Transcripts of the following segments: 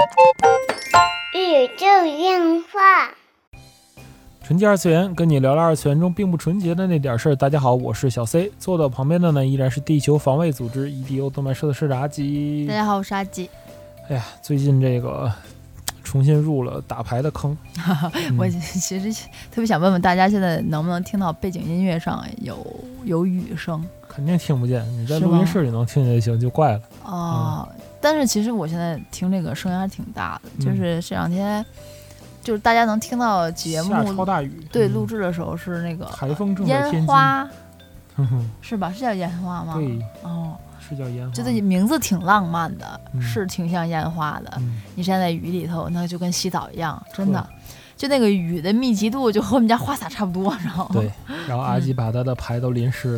宇宙电话。 纯洁二次元，跟你聊聊二次元中并不纯洁的那点事儿。大家好，我是小 C， 坐到旁边的呢依然是地球防卫组织 EDO 动漫社的社长阿吉。 大家好，我是阿吉。 哎呀，最近这个重新入了打牌的坑。 我其实特别想问问大家，现在能不能听到背景音乐上有雨声？ 肯定听不见，你在录音室里能听见就行，就怪了。 哦、但是其实我现在听这个声音还挺大的，就是这两天。就是大家能听到节目下超大雨， 对，录制的时候是那个台风正在天津， 烟花，是吧？是叫烟花吗？ 对， 哦， 是叫烟花。 觉得名字挺浪漫的，是挺像烟花的。你站在雨里头，那就跟洗澡一样，真的。就那个雨的密集度，就和我们家花洒差不多，然后对，然后阿吉把他的牌都淋湿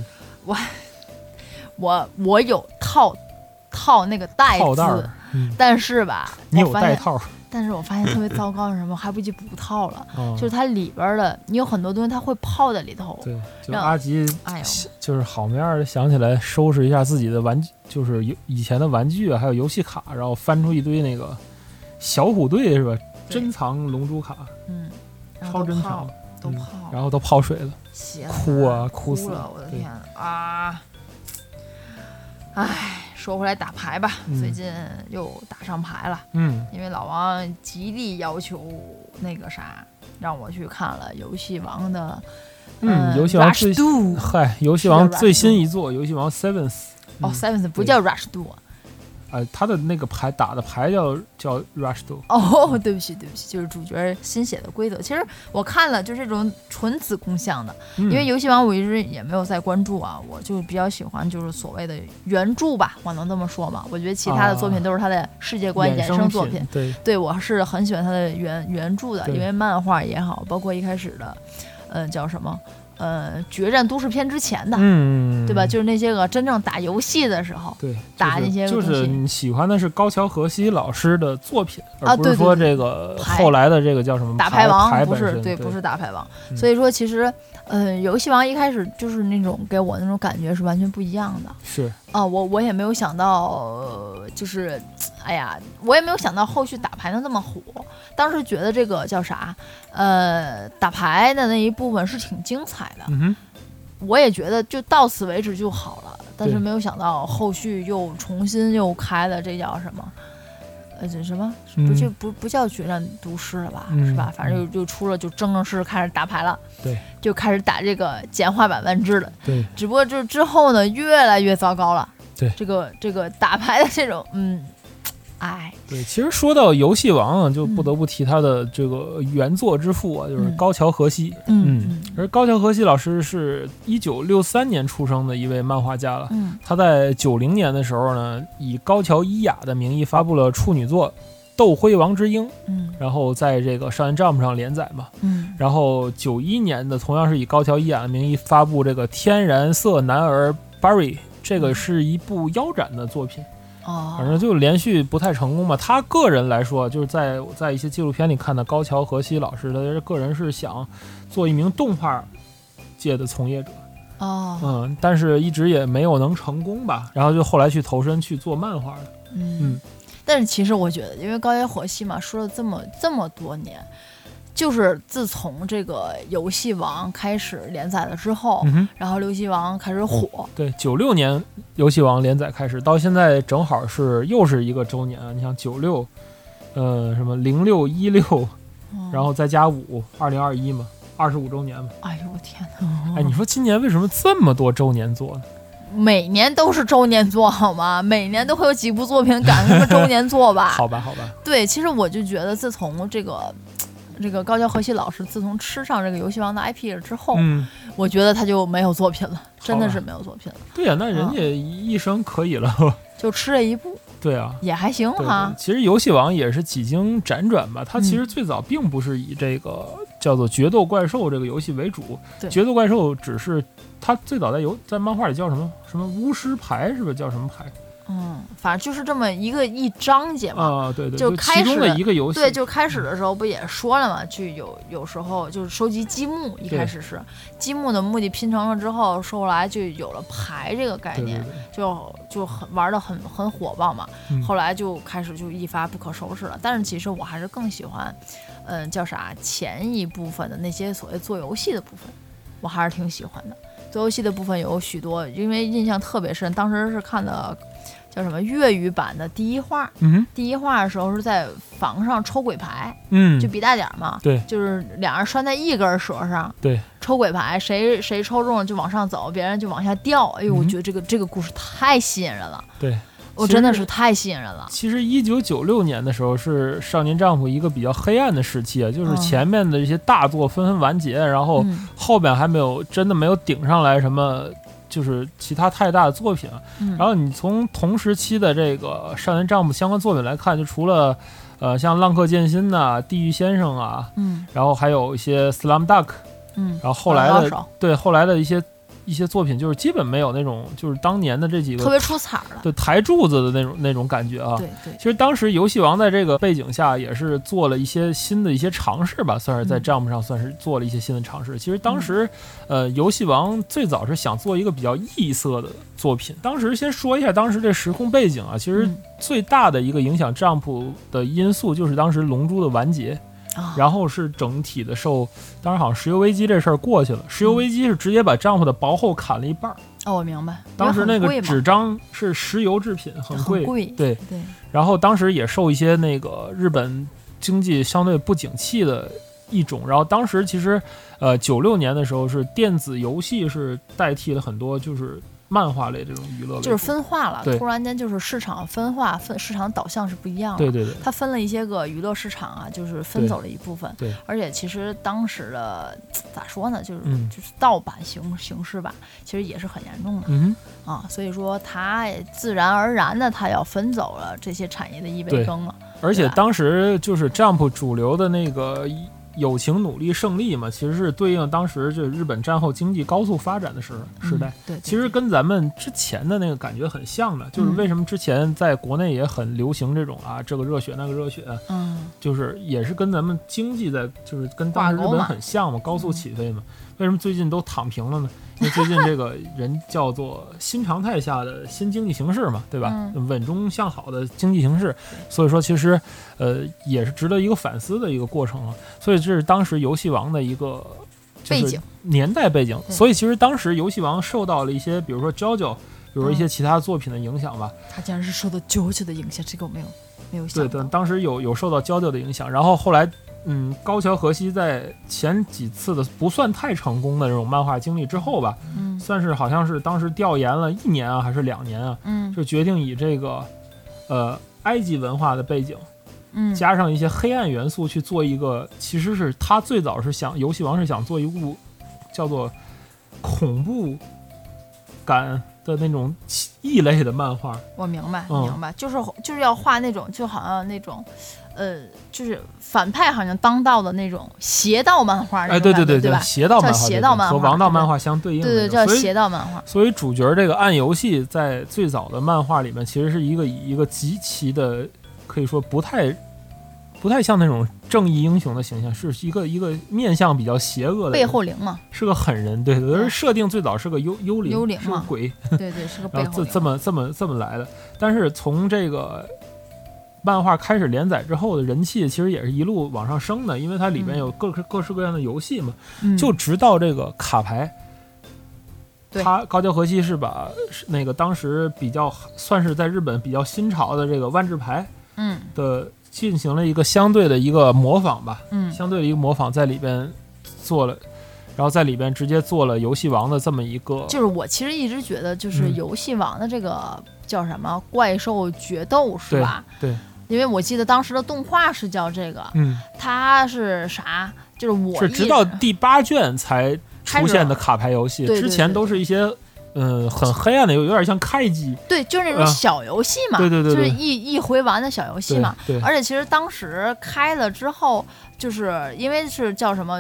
了。我有套那个带子，但是吧， 你有带套。 但是我发现特别糟糕是什么？还不及不套了，就是它里边的，你有很多东西它会泡在里头。 对，就阿吉，就是好面想起来收拾一下自己的玩具，就是以前的玩具啊，还有游戏卡，然后翻出一堆那个小虎队是吧？珍藏龙珠卡，超珍藏， 都泡， 然后都泡水了，哭死了，我的天啊！唉。说回来打牌吧，最近又打上牌了。因为老王极力要求那个啥，让我去看了游戏王的， 游戏王游戏王最新一作，游戏王 Sevens。 Sevens 不叫 Rush Do。 他的那个牌打的牌叫 Rush Do。 对不起，就是主角新写的规则。其实我看了，就这种纯子宫向的，因为游戏王我一直也没有在关注啊，我就比较喜欢就是所谓的原著吧，我能这么说吗？我觉得其他的作品都是他的世界观衍生作品。对，我是很喜欢他的原著的，因为漫画也好，包括一开始的，叫什么？决战都市篇之前的，对吧？就是那些个真正打游戏的时候， 对， 打那些就是你喜欢的是高桥和希老师的作品，而不是说这个后来的这个叫什么打牌王， 不是对，不是打牌王。所以说其实，游戏王一开始就是那种给我那种感觉是完全不一样的。 是啊，我也没有想到，就是，哎呀，我也没有想到后续打牌能这么火。当时觉得这个叫啥，打牌的那一部分是挺精彩的。我也觉得就到此为止就好了，但是没有想到后续又重新又开了，这叫什么？这什么？不叫决战都市了吧？是吧？反正就出了，就正式开始打牌了。 对， 就开始打这个简化版万智了。 对， 只不过就之后呢，越来越糟糕了。 对， 这个打牌的这种， 对，其实说到游戏王啊，就不得不提他的这个原作之父啊，就是高桥和希。而高桥和希老师是1963年出生的一位漫画家了。他在90年的时候呢，以高桥一雅的名义发布了处女作《斗辉王之鹰》，然后在这个少年 Jump 上连载嘛。然后91年的同样是以高桥一雅的名义发布这个《天然色男儿 Barry》，这个是一部腰斩的作品。反正就连续不太成功吧。他个人来说，就是在一些纪录片里看到高桥和希老师，他个人是想做一名动画界的从业者。但是一直也没有能成功吧。然后就后来去投身去做漫画的。 但是其实我觉得，因为高桥和希嘛，说了这么多年。就是自从这个游戏王开始连载了之后，然后游戏王开始火。 对，96年游戏王连载开始，到现在正好又是一个周年啊！你想96，什么06、16，然后再加5， 2021嘛，25周年嘛。 哎呦我天哪！ 你说今年为什么这么多周年作呢？ 每年都是周年作好吗？每年都会有几部作品赶上个周年作吧？ 好吧。 对，其实我就觉得自从这个高桥和希老师自从吃上这个游戏王的 IP 了之后，我觉得他就没有作品了，真的是没有作品了。 对呀，那人家一生可以了， 就吃了一部。 对啊， 也还行哈。 其实游戏王也是几经辗转吧，它其实最早并不是以这个叫做决斗怪兽这个游戏为主，决斗怪兽只是它最早在漫画里叫什么巫师牌，是不是叫什么牌？ 反正就是这么一章节嘛， 对， 就开始其中的一个游戏， 对，就开始的时候不也说了嘛，就有时候就是收集积木，一开始是积木的目的拼成了之后，后来就有了牌这个概念， 对， 就玩的很火爆嘛，后来就开始就一发不可收拾了。但是其实我还是更喜欢，叫啥前一部分的那些所谓做游戏的部分，我还是挺喜欢的。做游戏的部分有许多，因为印象特别深，当时是看的叫什么粤语版的第一话，第一话的时候是在房上抽鬼牌，就比大点嘛， 对， 就是俩人拴在一根绳上， 对， 抽鬼牌，谁抽中了就往上走，别人就往下掉。哎呦，我觉得这个故事太吸引人了， 对。 我真的是太吸引人了。 其实1996年的时候是少年丈夫一个比较黑暗的时期啊，就是前面的这些大作纷纷完结，然后后边还真的没有顶上来什么就是其他太大的作品啊。然后你从同时期的这个少年丈夫相关作品来看，就除了像浪客剑心呐、地狱先生啊，然后还有一些 Slam Dunk，然后后来的后来的一些作品就是基本没有那种就是当年的这几个特别出彩的对台柱子的那种感觉啊。 对， 其实当时游戏王在这个背景下也是做了一些新的一些尝试吧，算是在 Jump 上算是做了一些新的尝试。其实当时游戏王最早是想做一个比较异色的作品。当时先说一下当时这时空背景啊，其实最大的一个影响 Jump 的因素就是当时龙珠的完结。然后是整体的当然好像石油危机这事儿过去了，石油危机是直接把Jump的薄厚砍了一半。 我明白， 当时那个纸张是石油制品，很贵，对。然后当时也受一些那个日本经济相对不景气的一种，然后当时其实96年的时候是电子游戏是代替了很多就是漫画类这种娱乐类， 就是分化了，突然间就是市场分化，市场导向是不一样的。 对， 它分了一些个娱乐市场啊，就是分走了一部分。 对， 而且其实当时的咋说呢，就是盗版形式吧，其实也是很严重的。所以说它也自然而然的它要分走了这些产业的一杯羹了。 而且当时就是 Jump 主流的那个友情努力胜利嘛，其实是对应当时就日本战后经济高速发展的时代。 对， 其实跟咱们之前的那个感觉很像的，就是为什么之前在国内也很流行这种这个热血那个热血，就是也是跟咱们经济就是跟当时日本很像嘛，高速起飞嘛。为什么最近都躺平了呢？因为最近这个人叫做新常态下的新经济形势嘛，对吧？稳中向好的经济形势，所以说其实也是值得一个反思的一个过程啊。所以这是当时游戏王的一个背景年代背景，所以其实当时游戏王受到了一些比如说 JoJo， 比如说一些其他作品的影响吧。 他竟然是受到 JoJo 的影响，这个我没有想到。 对，当时有受到 JoJo 的影响，然后后来高桥和希在前几次的不算太成功的这种漫画经历之后吧，算是好像是当时调研了1年还是2年啊，就决定以这个埃及文化的背景，加上一些黑暗元素去做一个，其实是他最早是游戏王是想做一部叫做恐怖感的那种异类的漫画。 我明白，就是要画那种就好像那种就是反派好像当道的那种邪道漫画， 对吧？ 邪道漫画， 邪道漫画和王道漫画相对应的， 对，叫邪道漫画。 所以主角这个暗游戏在最早的漫画里面，其实是以一个极其的可以说不太像那种正义英雄的形象，是一个面相比较邪恶的背后灵嘛， 是个狠人。对，而设定最早是个幽灵，是个鬼， 对，是个背后灵， 这么来的。但是从这个漫画开始连载之后的人气其实也是一路往上升的，因为它里面有各式各样的游戏嘛，就直到这个卡牌，他高桥和希是把那个当时比较算是在日本比较新潮的这个万智牌的进行了一个相对的一个模仿吧，相对的一个模仿在里边做了，然后在里边直接做了游戏王的这么一个， 就是我其实一直觉得就是游戏王的这个叫什么怪兽决斗是吧？ 对， 因为我记得当时的动画是叫这个，它是啥？就是我是直到第8卷才出现的卡牌游戏，之前都是一些很黑暗的，有点像开机， 对，就是那种小游戏嘛， 对， 就是一回玩的小游戏嘛。 对， 而且其实当时开了之后，就是因为是叫什么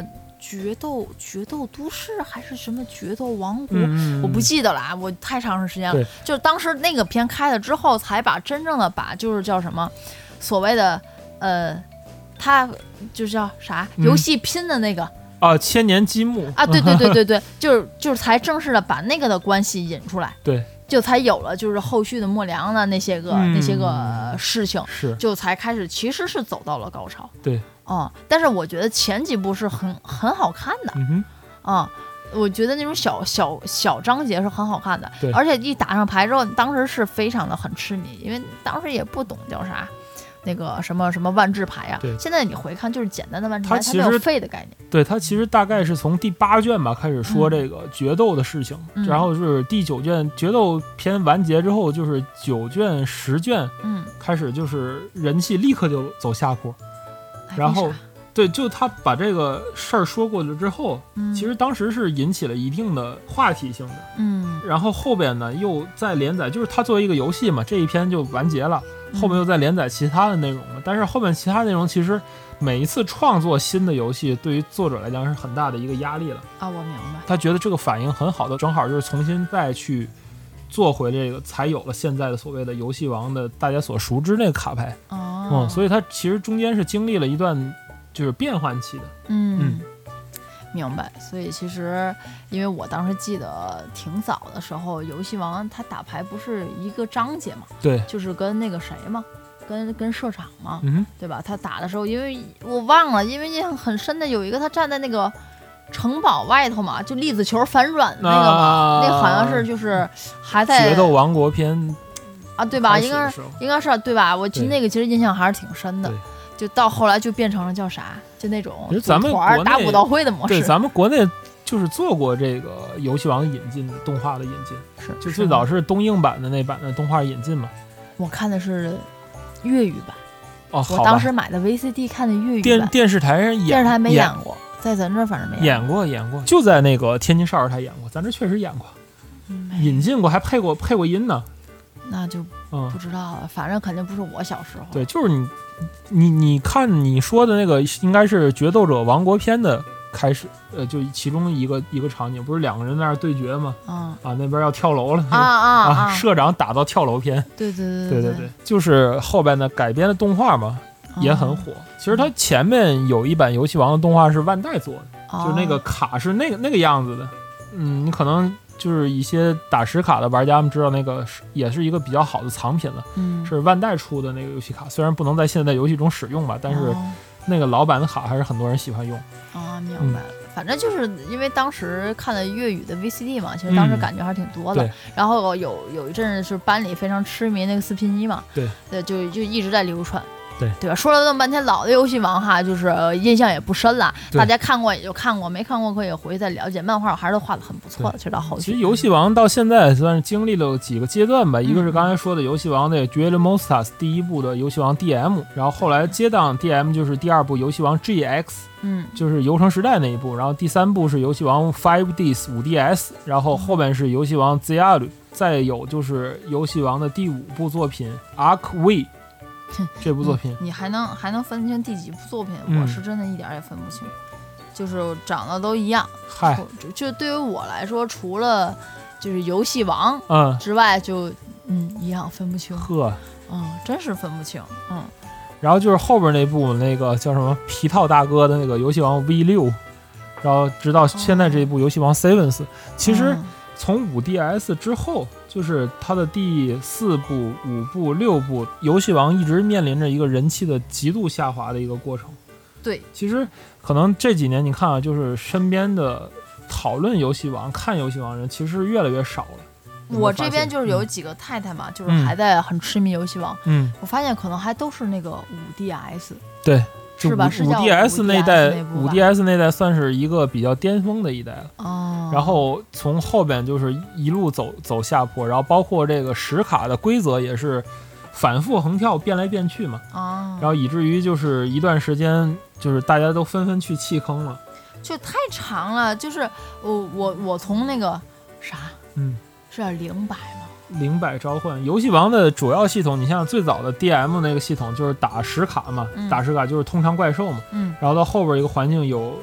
决斗都市还是什么决斗王国，我不记得了，我太长时间了。就是当时那个片开了之后，才把真正的把就是叫什么所谓的他就是叫啥游戏拼的那个千年积木啊，对，就是才正式的把那个的关系引出来， 对， 就才有了就是后续的莫良的那些个事情， 是就才开始其实是走到了高潮， 对， 但是我觉得前几部是很好看的，我觉得那种小章节是很好看的，而且一打上牌之后，当时是非常的很痴迷，因为当时也不懂叫啥。那个什么万智牌啊，现在你回看就是简单的万智牌，它没有废的概念。 对，它其实大概是从第8卷吧开始说这个决斗的事情，然后是第9卷决斗篇完结之后，就是9卷10卷，开始就是人气立刻就走下坡，然后对，就他把这个事儿说过了之后，其实当时是引起了一定的话题性的，然后后边呢又在连载，就是他作为一个游戏嘛，这一篇就完结了。后面又在连载其他的内容了，但是后面其他内容其实每一次创作新的游戏对于作者来讲是很大的一个压力了啊，我明白。 他觉得这个反应很好的，正好就是重新再去做回这个，才有了现在的所谓的游戏王的大家所熟知那个卡牌所以他其实中间是经历了一段就是变换期的。 明白。所以其实因为我当时记得挺早的时候，游戏王他打牌不是一个章节嘛， 对， 就是跟那个谁嘛，跟社长嘛，对吧？他打的时候，因为我忘了，因为印象很深的有一个他站在那个城堡外头嘛，就粒子球反转的那个嘛，那好像是就是还在决斗王国篇啊，对吧？应该是对吧？我那个其实印象还是挺深的。就到后来就变成了叫啥，就那种咱们打武道会的模式。 对，咱们国内就是做过这个游戏王引进的动画的引进，就最早是东映版的那版的动画引进嘛。 我看的是粤语版。 我当时买的 VCD 看的粤语版。 电视台上没演过，在咱这反正没演过，就在那个天津少儿台演过，咱这确实演过，引进过，还配过音呢。 那就不知道了，反正肯定不是我小时候。 对，就是你看你说的那个应该是决斗者王国篇的开始，就其中一个场景，不是2个人在那儿对决吗？那边要跳楼了社长打到跳楼篇。 对， 就是后边的改编的动画嘛，也很火。其实它前面有一版游戏王的动画是万代做的，就是那个卡是那个样子的。你可能就是一些打实卡的玩家们知道，那个也是一个比较好的藏品了，是万代出的那个游戏卡，虽然不能在现在游戏中使用吧，但是那个老版的卡还是很多人喜欢用。 明白了。反正就是因为当时看了粤语的 VCD 嘛，其实当时感觉还是挺多的。然后有一阵是班里非常痴迷那个4拼1嘛，对，就一直在流传。对吧？说了那么半天，老的游戏王哈，就是印象也不深了。大家看过也就看过，没看过可以回去再了解。漫画还是画的很不错的，其实到后期。 其实游戏王到现在算是经历了几个阶段吧，一个是刚才说的游戏王的 Duel Monsters 第1部的游戏王 DM， 然后后来接档 DM 就是第2部游戏王 GX，就是游城时代那一部，然后第3部是游戏王 5DS 5DS， 然后后边是游戏王 ZR， 再有就是游戏王的第5部作品 Arc-V。这部作品你还能分清第几部作品？我是真的一点也分不清，就是长得都一样。就对于我来说，除了就是游戏王之外，就一样分不清。真是分不清。 然后就是后边那部那个叫什么皮套大哥的那个游戏王 V6，然后直到现在这一部游戏王 Sevens，其实从5DS 之后。就是它的第4部、5部、6部，游戏王一直面临着一个人气的极度下滑的一个过程。 对， 其实可能这几年你看啊，就是身边的讨论游戏王、看游戏王人其实越来越少了。 我这边就是有几个太太嘛，就是还在很痴迷游戏王。我发现可能还都是那个5DS。 对。 是吧 ？5DS 那代，5DS 那代算是一个比较巅峰的一代了。然后从后边就是一路走下坡，然后包括这个实卡的规则也是反复横跳，变来变去嘛。然后以至于就是一段时间，就是大家都纷纷去弃坑了。 就太长了，就是我从那个啥，是叫0百吗 ？000召唤游戏王的主要系统，你像最早的 DM 那个系统就是打实卡嘛，打实卡就是通常怪兽嘛，然后到后边一个环境有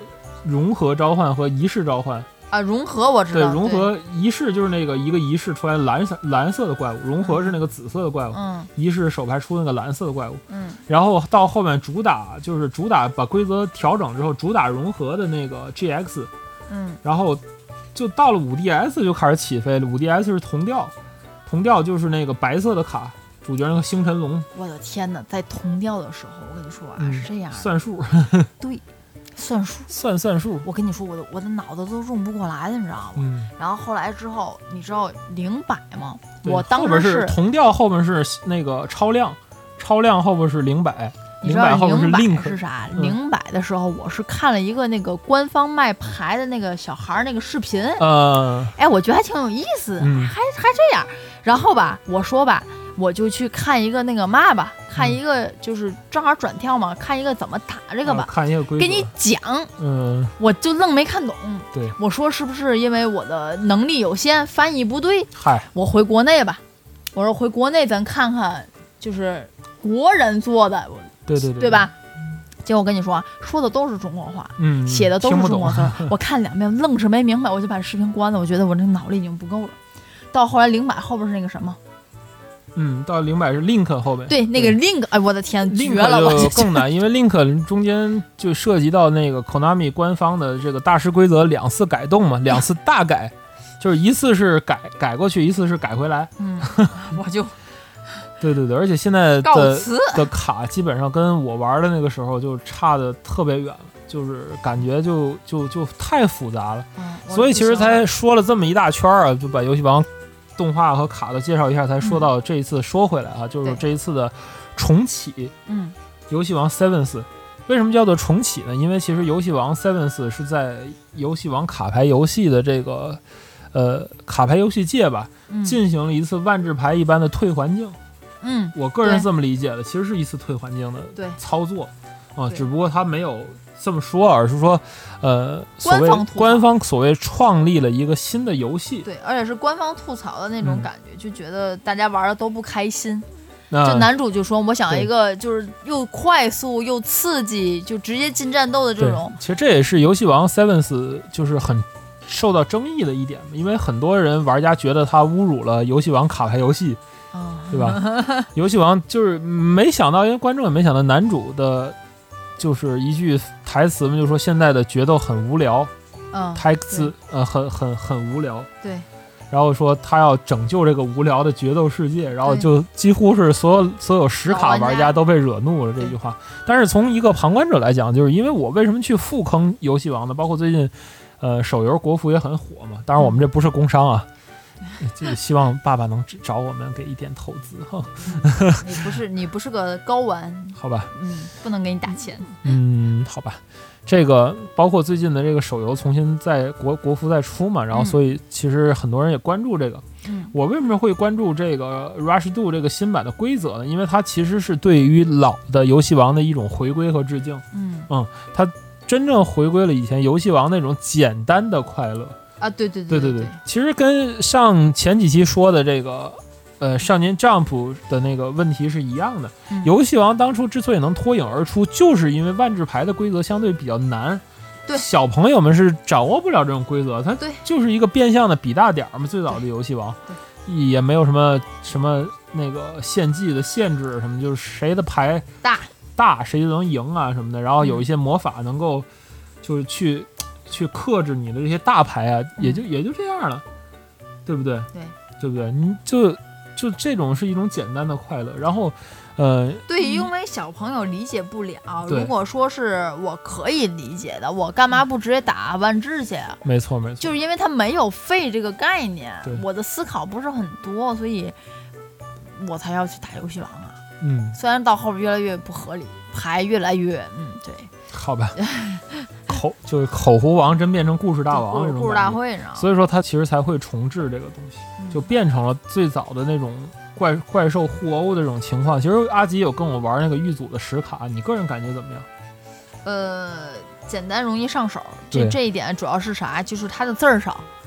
融合召唤和仪式召唤啊。融合我知道， 对，融合仪式就是那个一个仪式出来蓝色的怪物，融合是那个紫色的怪物，仪式手牌出那个蓝色的怪物，然后到后面主打把规则调整之后，主打融合的那个 GX，然后就到了5DS 就开始起飞了。5DS 是铜调就是那个白色的卡，主角那个星辰龙。 我的天哪，在铜调的时候，我跟你说啊，是这样的， 算数， 对，算数， 算数。 我跟你说，我的脑子都用不过来了，你知道吗？然后后来之后，你知道0百吗？我当时是铜调，后面是那个超量后边是0百。 你知道后面是 Link 是啥？0百的时候，我是看了一个那个官方卖牌的那个小孩那个视频，哎，我觉得还挺有意思，还这样。然后吧，我就去看一个那个嘛吧，看一个就是正好转跳嘛，看一个怎么打这个吧， 看一个规则， 给你讲，我就愣没看懂。 对， 我说是不是因为我的能力有限，翻译不对？ 嗨， 我回国内吧，我说回国内咱看看，就是国人做的。对吧？结果我跟你说啊，说的都是中国话，写的都是中国字，我看2遍愣是没明白，我就把视频关了。我觉得我这脑力已经不够了。到后来0百后边是那个什么？ 到0百是 Link 后边。 对，那个 Link， 哎，我的天，绝了！ 我就更难，因为 Link 中间就涉及到那个 Konami 官方的这个大师规则2次改动嘛，2次大改，就是一次是改过去，一次是改回来。 我就。 对，而且现在的卡基本上跟我玩的那个时候就差的特别远了，就是感觉就太复杂了，所以其实才说了这么一大圈啊，就把游戏王动画和卡的介绍一下，才说到这一次说回来啊，就是这一次的重启，游戏王 Sevens。为什么叫做重启呢？因为其实游戏王 Sevens 是在游戏王卡牌游戏的这个卡牌游戏界吧，进行了一次万智牌一般的退环境。我个人是这么理解的，其实是一次退环境的操作啊，只不过他没有这么说，而是说，官方所谓创立了一个新的游戏， 对，而且是官方吐槽的那种感觉，就觉得大家玩的都不开心。就男主就说：“我想一个就是又快速又刺激，就直接进战斗的这种。” 其实这也是游戏王 Sevens 就是很受到争议的一点，因为很多人玩家觉得他侮辱了游戏王卡牌游戏。对吧？游戏王就是没想到，因为观众也没想到男主的，就是一句台词嘛，就说现在的决斗很无聊，台词很无聊， 对。 然后说他要拯救这个无聊的决斗世界，然后就几乎是所有实卡玩家都被惹怒了这句话。但是从一个旁观者来讲，就是因为我为什么去复坑游戏王呢？包括最近，手游国服也很火嘛。当然我们这不是工商啊。这个希望爸爸能找我们给一点投资哈。 你不是个高玩， 好吧？ 不能给你打钱。 好吧。这个包括最近的这个手游重新在国服再出嘛，然后所以其实很多人也关注这个。我为什么会关注这个 Rush Do 这个新版的规则呢？因为它其实是对于老的游戏王的一种回归和致敬。它真正回归了以前游戏王那种简单的快乐。对，其实跟上前几期说的这个少年 Jump 的那个问题是一样的。游戏王当初之所以能脱颖而出，就是因为万智牌的规则相对比较难， 对， 小朋友们是掌握不了这种规则，它就是一个变相的比大点嘛。最早的游戏王也没有什么那个献祭的限制什么，就是谁的牌大谁就能赢啊什么的，然后有一些魔法能够就是去克制你的这些大牌啊，也就这样了，对不对？对不对？你就这种是一种简单的快乐，然后对，因为小朋友理解不了。如果说是我可以理解的，我干嘛不直接打万智去啊？ 没错， 就是因为他没有废这个概念，我的思考不是很多，所以我才要去打游戏王啊。虽然到后边越来越不合理，牌越来越对。好吧。 就是口胡王真变成故事大王这种故事大会， 所以说他其实才会重置这个东西，就变成了最早的那种怪兽互殴的这种情况。其实阿吉有跟我玩那个玉组的实卡，你个人感觉怎么样？ 简单容易上手，这一点主要是啥？就是它的字儿少。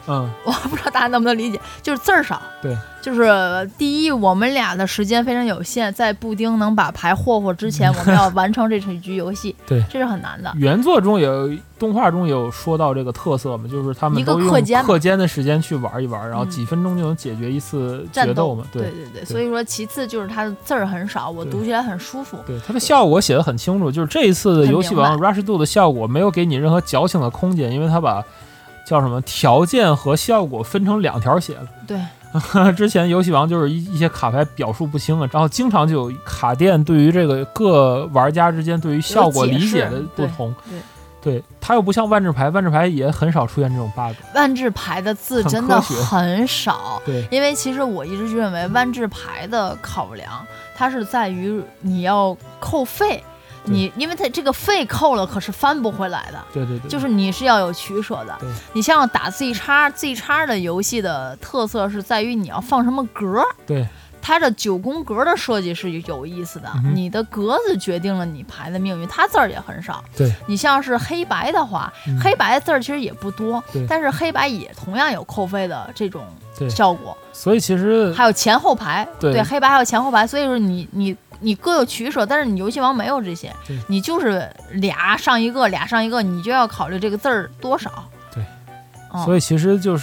我不知道大家能不能理解，就是字儿少。 对， 就是第一，我们俩的时间非常有限，在布丁能把牌霍之前，我们要完成这局游戏， 对， 这是很难的。 原作中动画中有说到这个特色嘛，就是他们都用课间的时间去玩一玩，然后几分钟就能解决一次决斗嘛。 对，所以说其次就是它的字儿很少，我读起来很舒服。 对，它的效果写得很清楚，就是这一次的游戏王 Rush Do 的效果没有给你任何矫情的空间，因为它把叫什么条件和效果分成2条写了。 对。 之前游戏王就是一些卡牌表述不清啊，然后经常就有卡店对于这个各玩家之间对于效果理解的不同。对，它又不像万智牌，万智牌也很少出现这种 bug。 万智牌的字真的很少， 对， 因为其实我一直认为万智牌的考量，它是在于你要扣费。因为它这个费扣了，可是翻不回来的。 对， 就是你是要有取舍的。你像打 Z 叉的游戏的特色是在于你要放什么格。 对， 它的9宫格的设计是有意思的，你的格子决定了你牌的命运，它字儿也很少。 对， 你像是黑白的话，黑白字儿其实也不多，但是黑白也同样有扣费的这种效果。 所以其实还有前后排， 对， 黑白还有前后排，所以说你各有取舍，但是你游戏王没有这些，你就是俩上一个，你就要考虑这个字儿多少。 对，所以其实就是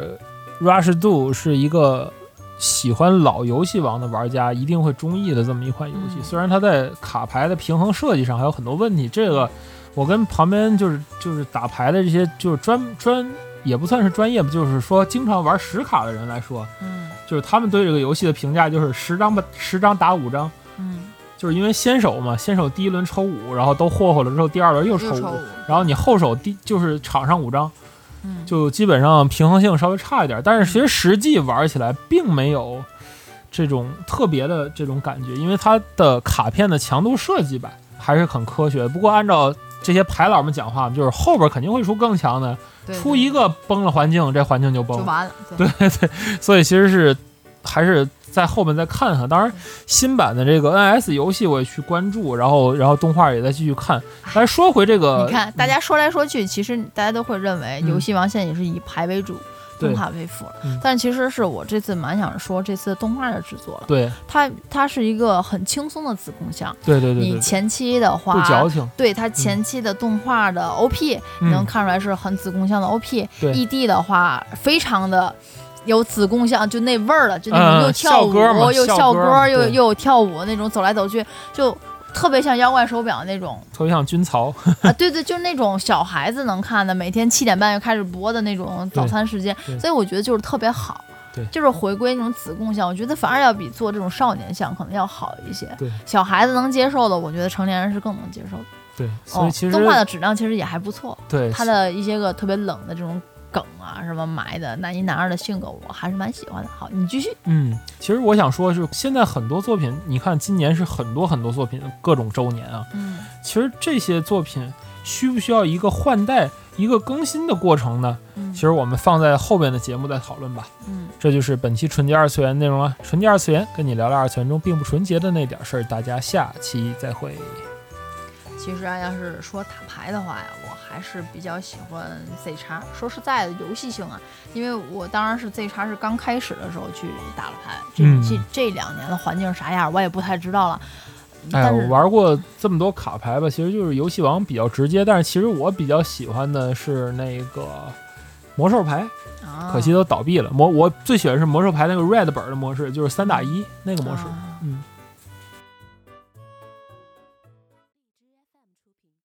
Rush Do 是一个喜欢老游戏王的玩家一定会中意的这么一款游戏。虽然它在卡牌的平衡设计上还有很多问题，这个我跟旁边就是打牌的这些就是专也不算是专业吧，就是说经常玩10卡的人来说，就是他们对这个游戏的评价就是10张打5张。就是因为先手嘛，先手第一轮抽5，然后都霍了之后，第2轮又抽5，然后你后手就是场上5张，就基本上平衡性稍微差一点。但是其实实际玩起来并没有这种特别的这种感觉，因为它的卡片的强度设计吧还是很科学。不过按照这些牌佬们讲话，就是后边肯定会出更强的，出一个崩了环境，这环境就崩了， 就完了。 对，所以其实是还是在后面再看看。当然新版的这个 NS 游戏我也去关注，然后动画也再继续看。但是说回这个， 你看大家说来说去，其实大家都会认为游戏王现在也是以牌为主，动画为辅，但其实是我这次蛮想说这次动画的制作了。 对， 它是一个很轻松的子宫向。 对， 你前期的话不矫情， 对它前期的动画的 OP 能看出来是很子宫向的 OP。ED 的话非常的有子宫向，就那味儿了，就那种又跳舞又校歌又有跳舞那种，走来走去就特别像妖怪手表那种， 特别像军曹啊，对，就是那种小孩子能看的，每天7点半就开始播的那种早餐时间，所以我觉得就是特别好。 对， 就是回归那种子宫向，我觉得反而要比做这种少年向可能要好一些。 对， 小孩子能接受的，我觉得成年人是更能接受的。 对，所以其实动画的质量其实也还不错。 对， 它的一些个特别冷的这种梗啊，什么埋的男一男二的性格，我还是蛮喜欢的。好，你继续。 其实我想说是现在很多作品，你看今年是很多作品各种周年啊。其实这些作品需不需要一个换代、一个更新的过程呢？其实我们放在后边的节目再讨论吧。这就是本期纯洁二次元内容了。纯洁二次元跟你聊聊二次元中并不纯洁的那点事儿，大家下期再会。 其实要是说打牌的话呀，我还是比较喜欢 Z 叉。说实在的，游戏性啊，因为我当然是 Z 叉是刚开始的时候去打了牌，这2年的环境啥样我也不太知道了。 我玩过这么多卡牌吧，其实就是游戏王比较直接，但是其实我比较喜欢的是那个魔兽牌，可惜都倒闭了。我最喜欢是魔兽牌那个 Red 本的模式，就是3打1那个模式。